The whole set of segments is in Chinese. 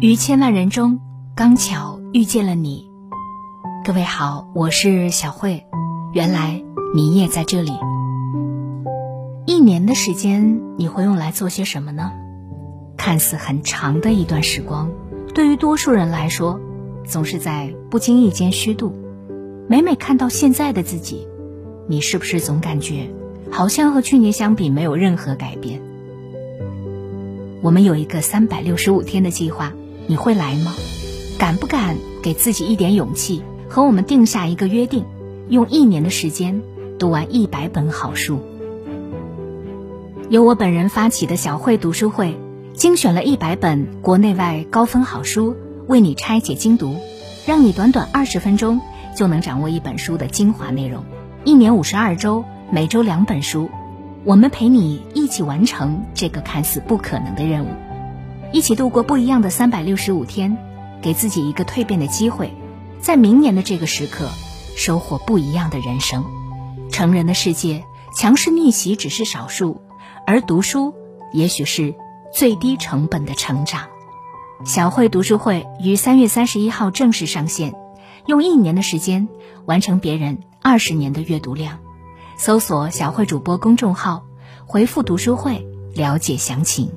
于千万人中刚巧遇见了你。各位好，我是小慧，原来你也在这里。一年的时间你会用来做些什么呢？看似很长的一段时光，对于多数人来说总是在不经意间虚度。每每看到现在的自己，你是不是总感觉好像和去年相比没有任何改变？我们有一个365天的计划，你会来吗？敢不敢给自己一点勇气，和我们定下一个约定，用1年的时间读完100本好书？由我本人发起的小慧读书会，精选了100本国内外高分好书，为你拆解精读，让你短短20分钟就能掌握一本书的精华内容。1年52周，每周2本书，我们陪你一起完成这个看似不可能的任务，一起度过不一样的365天，给自己一个蜕变的机会，在明年的这个时刻收获不一样的人生。成人的世界，强势逆袭只是少数，而读书也许是最低成本的成长。小慧读书会于3月31号正式上线，用1年的时间完成别人20年的阅读量。搜索小慧主播公众号，回复读书会了解详情。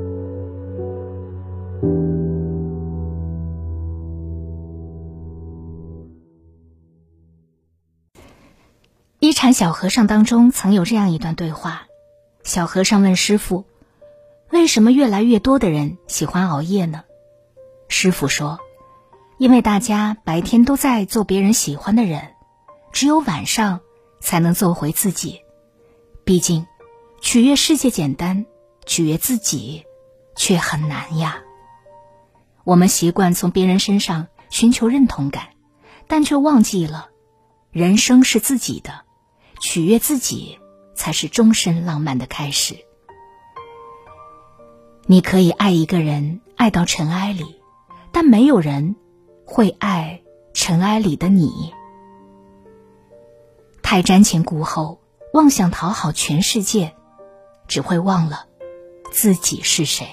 一禅小和尚当中曾有这样一段对话，小和尚问师父，为什么越来越多的人喜欢熬夜呢？师父说，因为大家白天都在做别人喜欢的人，只有晚上才能做回自己。毕竟取悦世界简单，取悦自己却很难呀。我们习惯从别人身上寻求认同感，但却忘记了人生是自己的，取悦自己才是终身浪漫的开始。你可以爱一个人爱到尘埃里，但没有人会爱尘埃里的你。太瞻前顾后，妄想讨好全世界，只会忘了自己是谁。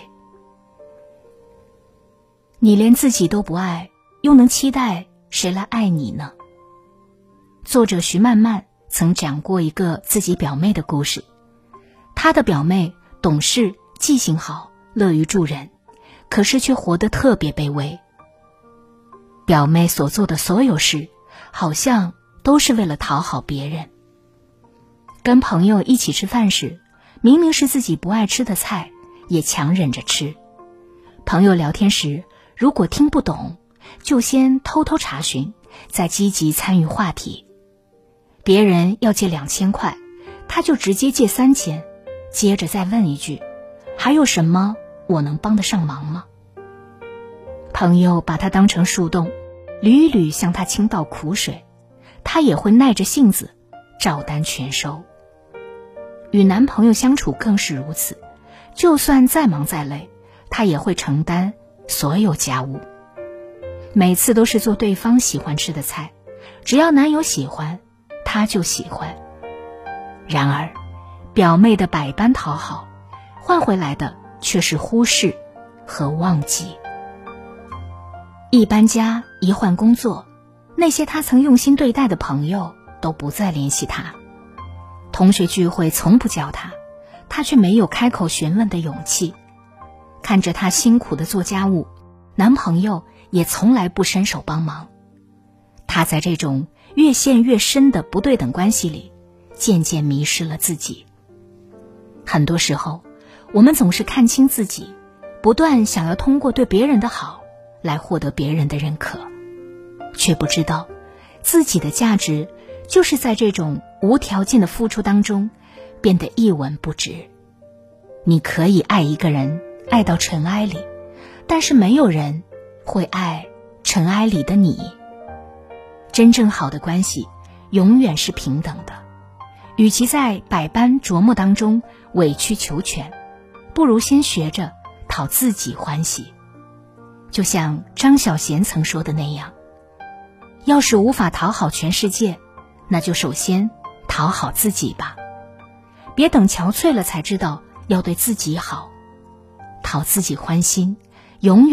你连自己都不爱，又能期待谁来爱你呢？作者徐漫漫曾讲过一个自己表妹的故事。她的表妹懂事，记性好，乐于助人，可是却活得特别卑微。表妹所做的所有事，好像都是为了讨好别人。跟朋友一起吃饭时，明明是自己不爱吃的菜，也强忍着吃。朋友聊天时，如果听不懂，就先偷偷查询，再积极参与话题。别人要借2000块，他就直接借3000，接着再问一句，还有什么我能帮得上忙吗？朋友把他当成树洞，屡屡向他倾倒苦水，他也会耐着性子照单全收。与男朋友相处更是如此，就算再忙再累，他也会承担所有家务。每次都是做对方喜欢吃的菜，只要男友喜欢，他就喜欢。然而表妹的百般讨好，换回来的却是忽视和忘记。一搬家，一换工作，那些他曾用心对待的朋友都不再联系他。同学聚会从不叫他，他却没有开口询问的勇气。看着他辛苦的做家务，男朋友也从来不伸手帮忙。他在这种越陷越深的不对等关系里，渐渐迷失了自己。很多时候，我们总是看清自己，不断想要通过对别人的好来获得别人的认可，却不知道自己的价值就是在这种无条件的付出当中变得一文不值。你可以爱一个人爱到尘埃里，但是没有人会爱尘埃里的你。真正好的关系永远是平等的，与其在百般琢磨当中委曲求全，不如先学着讨自己欢喜。就像张小娴曾说的那样，要是无法讨好全世界，那就首先讨好自己吧。别等憔悴了才知道要对自己好，讨自己欢心，永远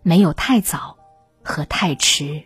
没有太早和太迟。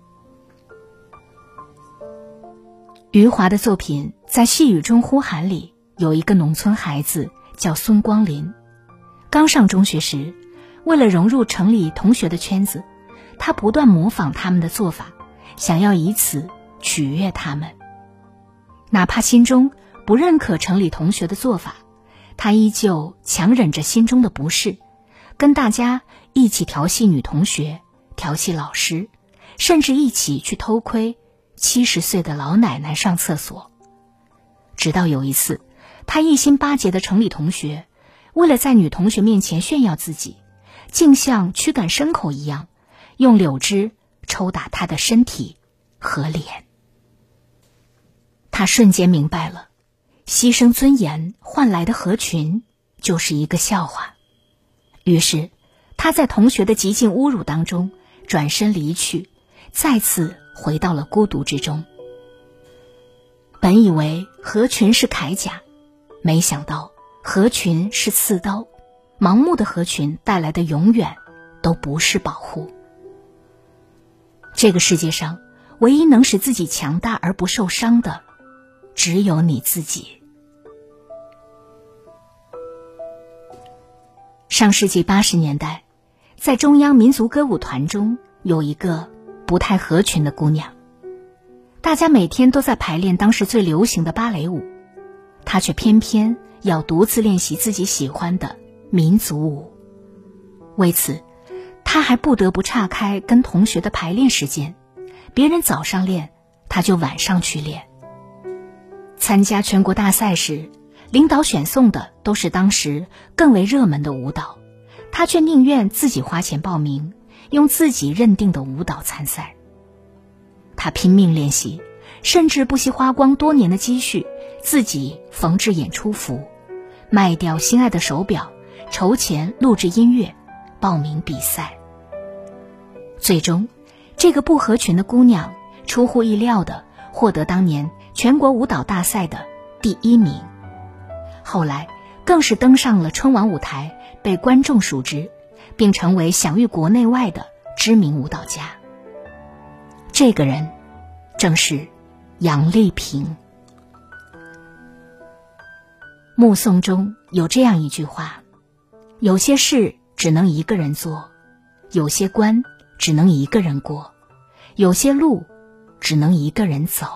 余华的作品《在细雨中呼喊》里有一个农村孩子叫孙光林，刚上中学时，为了融入城里同学的圈子，他不断模仿他们的做法，想要以此取悦他们。哪怕心中不认可城里同学的做法，他依旧强忍着心中的不适，跟大家一起调戏女同学，调戏老师，甚至一起去偷窥70岁的老奶奶上厕所。直到有一次，他一心巴结的城里同学为了在女同学面前炫耀自己，竟像驱赶牲口一样，用柳枝抽打她的身体和脸。他瞬间明白了，牺牲尊严换来的合群就是一个笑话。于是他在同学的极尽侮辱当中转身离去，再次回到了孤独之中。本以为合群是铠甲，没想到合群是刺刀，盲目的合群带来的永远都不是保护。这个世界上唯一能使自己强大而不受伤的，只有你自己。上世纪80年代，在中央民族歌舞团中有一个不太合群的姑娘，大家每天都在排练当时最流行的芭蕾舞，她却偏偏要独自练习自己喜欢的民族舞。为此，她还不得不岔开跟同学的排练时间，别人早上练，她就晚上去练。参加全国大赛时，领导选送的都是当时更为热门的舞蹈，她却宁愿自己花钱报名，用自己认定的舞蹈参赛。她拼命练习，甚至不惜花光多年的积蓄，自己缝制演出服，卖掉心爱的手表，筹钱录制音乐，报名比赛。最终，这个不合群的姑娘出乎意料地获得当年全国舞蹈大赛的第1名，后来更是登上了春晚舞台，被观众熟知，并成为享誉国内外的知名舞蹈家。这个人正是杨丽萍。目送中有这样一句话：有些事只能一个人做，有些关只能一个人过，有些路只能一个人走。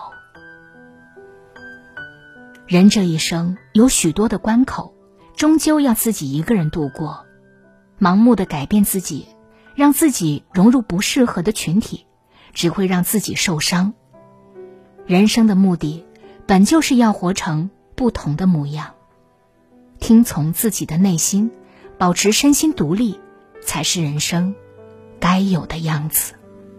人这一生有许多的关口，终究要自己一个人度过。盲目的改变自己，让自己融入不适合的群体，只会让自己受伤。人生的目的本就是要活成不同的模样，听从自己的内心，保持身心独立，才是人生该有的样子。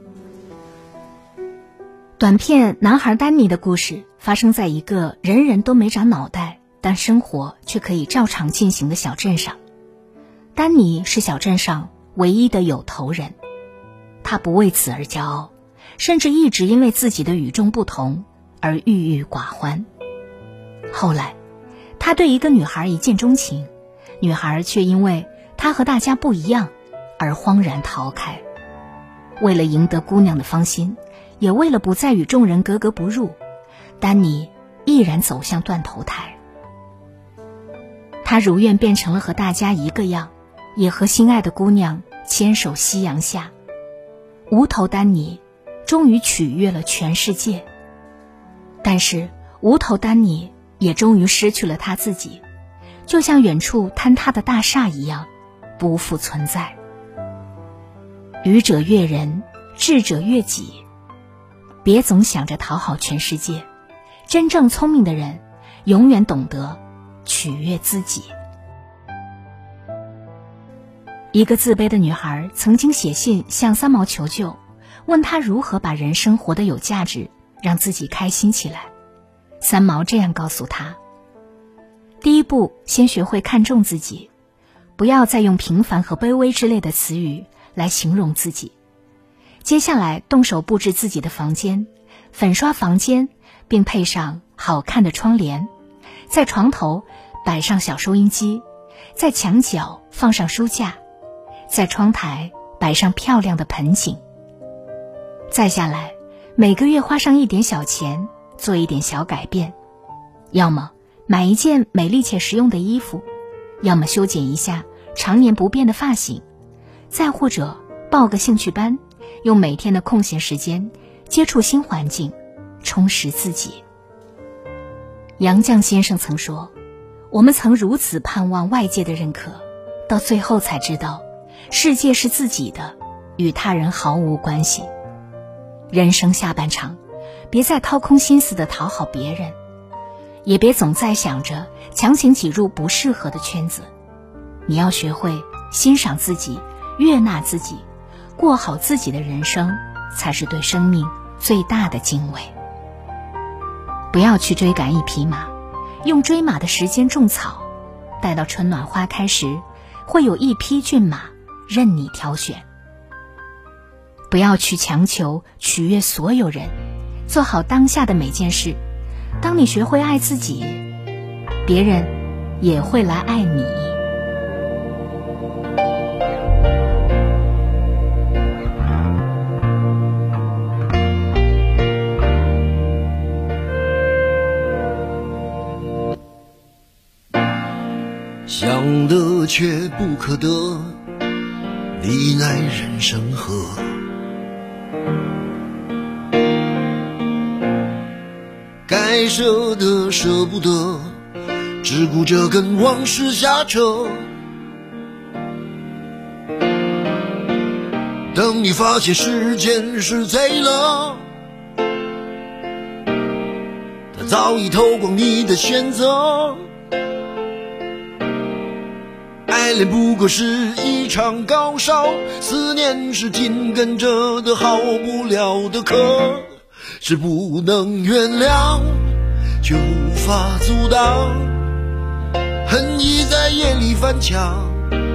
短片《男孩丹尼》的故事发生在一个人人都没长脑袋，但生活却可以照常进行的小镇上。丹尼是小镇上唯一的有头人，他不为此而骄傲，甚至一直因为自己的与众不同而郁郁寡欢。后来，他对一个女孩一见钟情，女孩却因为他和大家不一样而慌然逃开。为了赢得姑娘的芳心，也为了不再与众人格格不入，丹尼毅然走向断头台。他如愿变成了和大家一个样，也和心爱的姑娘牵手夕阳下。无头丹尼终于取悦了全世界，但是无头丹尼也终于失去了他自己，就像远处坍塌的大厦一样，不复存在。愚者悦人，智者悦己。别总想着讨好全世界，真正聪明的人永远懂得取悦自己。一个自卑的女孩曾经写信向三毛求救，问他如何把人生活得有价值，让自己开心起来。三毛这样告诉他：第一步，先学会看重自己，不要再用平凡和卑微之类的词语来形容自己。接下来动手布置自己的房间，粉刷房间，并配上好看的窗帘，在床头摆上小收音机，在墙角放上书架，在窗台摆上漂亮的盆景。再下来，每个月花上一点小钱，做一点小改变，要么买一件美丽且实用的衣服，要么修剪一下常年不变的发型，再或者报个兴趣班，用每天的空闲时间接触新环境，充实自己。杨绛先生曾说，我们曾如此盼望外界的认可，到最后才知道，世界是自己的，与他人毫无关系。人生下半场，别再掏空心思地讨好别人，也别总在想着强行挤入不适合的圈子。你要学会欣赏自己，悦纳自己，过好自己的人生，才是对生命最大的敬畏。不要去追赶一匹马，用追马的时间种草，待到春暖花开时，会有一匹骏马任你挑选。不要去强求取悦所有人，做好当下的每件事。当你学会爱自己，别人也会来爱你。 想得却不可得，你奈人生何？该舍的舍不得，只顾着跟往事瞎扯。等你发现时间是贼了，它早已偷光你的选择。爱恋不过是一场高烧，思念是紧跟着的好不了的咳，是不能原谅却无法阻挡，恨意在夜里翻墙，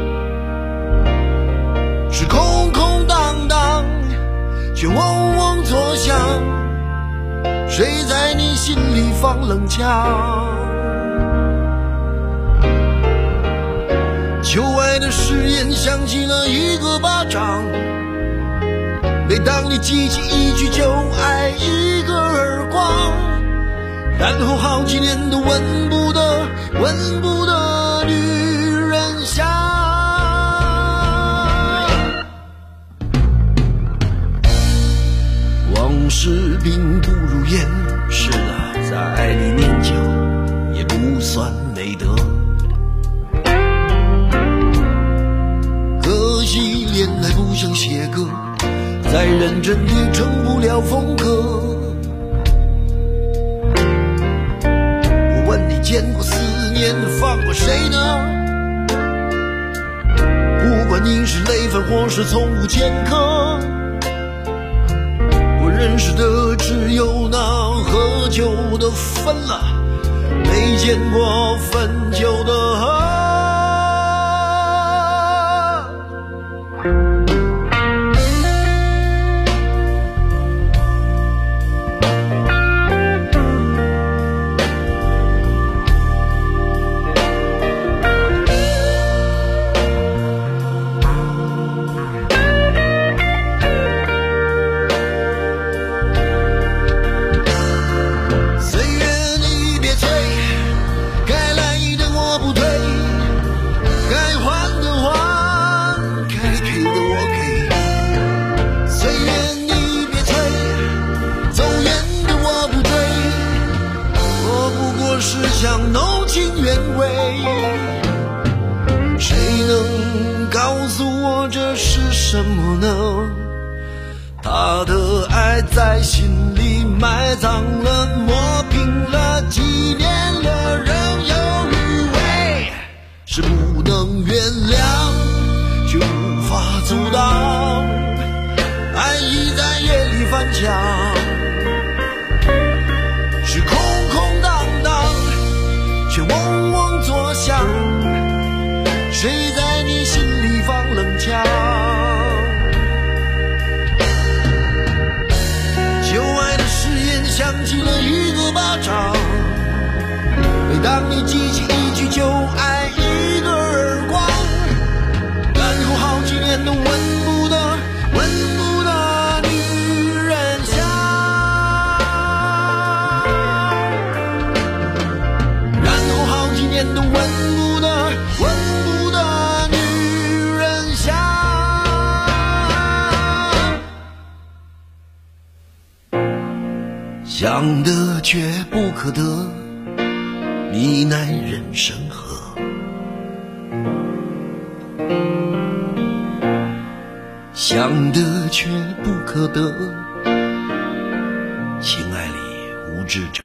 是空空荡荡却嗡嗡作响，谁在你心里放冷枪？旧爱的誓言响起了一个巴掌，每当你记起一句就爱一个耳光，然后好几年都闻不得女人香。往事并不如烟，是的，在爱里念旧也不算美德。可惜恋爱不像写歌，再认真也成不了风格。我问你见过思念放过谁呢？不管你是累犯或是从无前科，我认识的只有那喝酒的分了，没见过分酒的喝。想浓情原味，谁能告诉我这是什么呢？他的爱在心里埋葬了，磨平了，几年了，仍有余味，是不能原谅却无法阻挡，爱意在夜里翻墙，是空空荡荡却嗡嗡作响，谁在你心里放冷枪？旧爱的誓言响起了一个巴掌，每当你记起一句就爱一个耳光，然后好几年都闻不得想得却不可得，你奈人生何？想得却不可得，情爱里无知者。